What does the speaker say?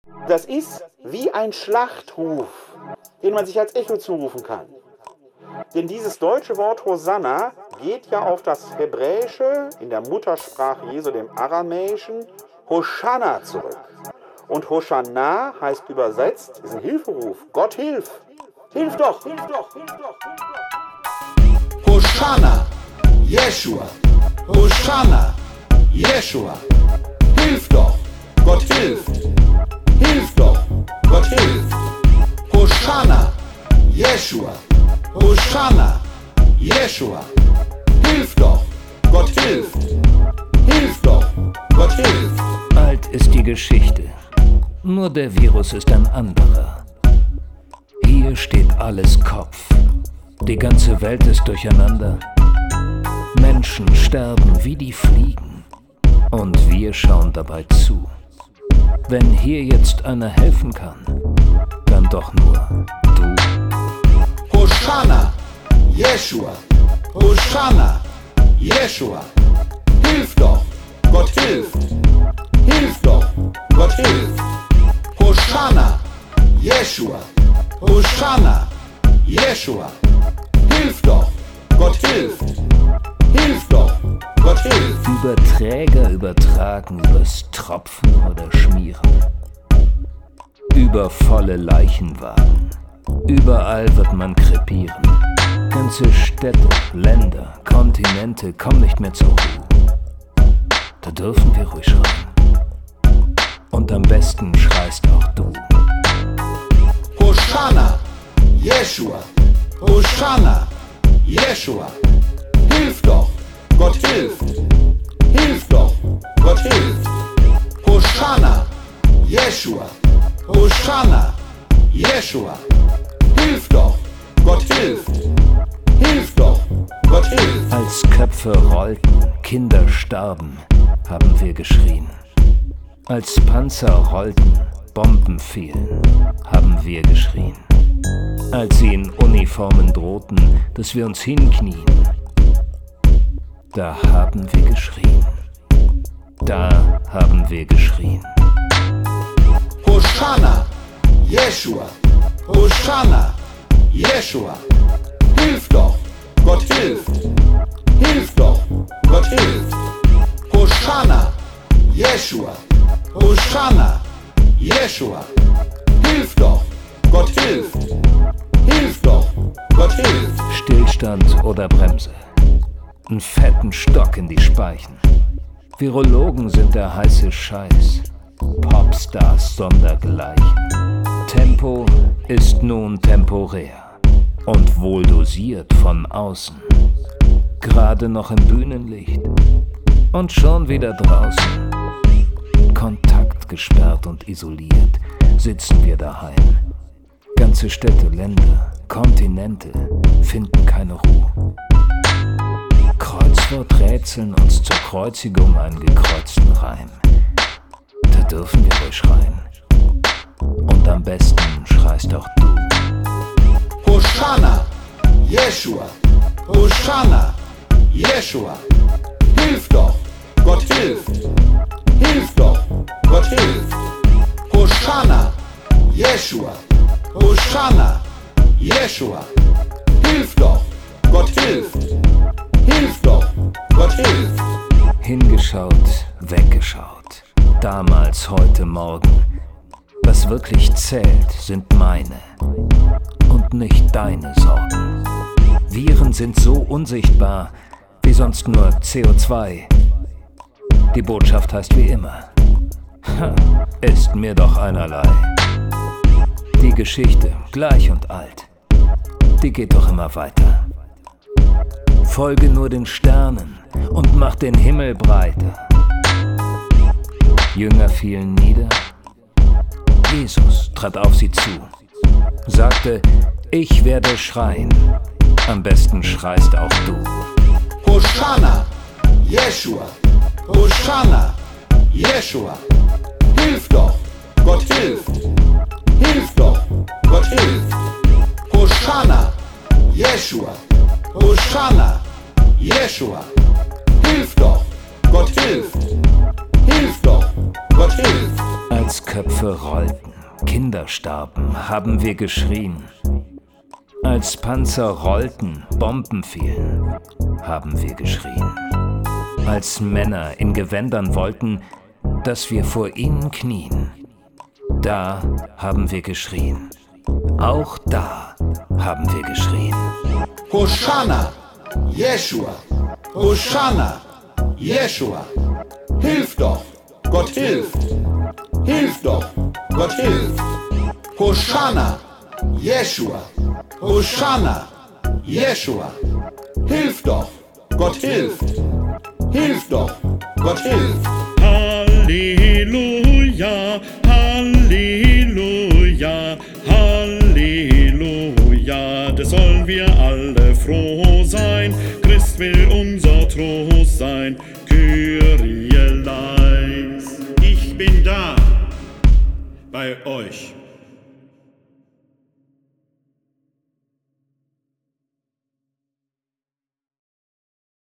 Das ist wie ein Schlachtruf, den man sich als Echo zurufen kann. Denn dieses deutsche Wort Hosanna geht ja auf das Hebräische, in der Muttersprache Jesu, dem Aramäischen, Hosanna zurück. Und Hosanna heißt übersetzt, ist ein Hilferuf. Gott hilf! Hilf doch! Hilf doch! Hilf doch! Hosanna, Jeshua, Hosanna, Jeshua, hilf doch, Gott hilft, hilf doch, Gott hilft. Hosanna, Jeshua, Hosanna, Jeshua, hilf doch, Gott hilft, hilf doch, Gott hilft. Alt ist die Geschichte, nur der Virus ist ein anderer. Hier steht alles Kopf, die ganze Welt ist durcheinander. Menschen sterben wie die Fliegen und wir schauen dabei zu. Wenn hier jetzt einer helfen kann, dann doch nur du. Hosanna, Jeshua, Hosanna, Jeshua, hilf doch, Gott hilft, hilf doch, Gott hilft. Hosanna, Jeshua, Hosanna, Jeshua, hilf doch, Gott hilft, hilf doch, Gott hilft. Überträger übertragen übers Tropfen oder Schmieren. Über volle Leichenwagen. Überall wird man krepieren. Ganze Städte, Länder, Kontinente kommen nicht mehr zur Ruhe. Da dürfen wir ruhig schreien. Und am besten schreist auch du. Hosanna, Jeshua, Hosanna, Jeshua, hilf doch, Gott hilft, hilf doch, Gott hilft. Hosanna, Jeshua, Hosanna, Jeshua, hilf doch, Gott hilft, hilf doch, Gott hilft. Als Köpfe rollten, Kinder starben, haben wir geschrien. Als Panzer rollten, Bomben fielen, haben wir geschrien. Als sie in Uniformen drohten, dass wir uns hinknien, da haben wir geschrien. Da haben wir geschrien. Hosanna, Jeshua, Hosanna, Jeshua, hilf doch, Gott hilft, hilf doch, Gott hilft. Hosanna, Jeshua, Hosanna, Jeshua, hilf doch, Gott hilft, hilf doch, Gott hilft. Stillstand oder Bremse, einen fetten Stock in die Speichen. Virologen sind der heiße Scheiß, Popstars sondergleichen. Tempo ist nun temporär und wohl dosiert von außen. Gerade noch im Bühnenlicht und schon wieder draußen. Kontakt gesperrt und isoliert sitzen wir daheim. Ganze Städte, Länder, Kontinente finden keine Ruhe. Kreuzworträtseln uns zur Kreuzigung einen gekreuzten Reim. Da dürfen wir ruhig schreien. Und am besten schreist auch du. Hosanna, Jeshua, Hosanna, Jeshua, hilf doch, Gott hilft, hilf doch, Gott hilft. Hosanna, Jeshua, Hosanna, Jeshua, hilf doch, Gott hilft, hilf doch, Gott hilft. Hingeschaut, weggeschaut, damals, heute, morgen. Was wirklich zählt, sind meine und nicht deine Sorgen. Viren sind so unsichtbar wie sonst nur CO2. Die Botschaft heißt wie immer, ist mir doch einerlei. Die Geschichte, gleich und alt, die geht doch immer weiter. Folge nur den Sternen und mach den Himmel breiter. Jünger fielen nieder, Jesus trat auf sie zu, sagte, ich werde schreien, am besten schreist auch du. Hosanna, Jeshua, Hosanna, Jeshua, hilf doch, Gott hilft, hilf doch, Gott hilft. Hosanna, Jeshua, Hosanna, Jeshua, hilf doch, Gott hilft, hilf doch, Gott hilft. Als Als Köpfe rollten, Kinder starben, haben wir geschrien. Als Panzer rollten, Bomben fielen, haben wir geschrien. Als Männer in Gewändern wollten, dass wir vor ihnen knien, da haben wir geschrien. Auch da haben wir geschrien. Hosanna, Jeschua, Hosanna, Jeschua. Hilf doch, Gott hilft. Hilf doch, Gott hilft. Hosanna, Jeschua, Hosanna, Jeschua. Hilf doch, Gott hilft. Hilf doch, Gott hilft. Halleluja, Halleluja, Halleluja, da sollen wir alle froh sein. Christ will unser Trost sein. Kyrie eleis. Ich bin da bei euch.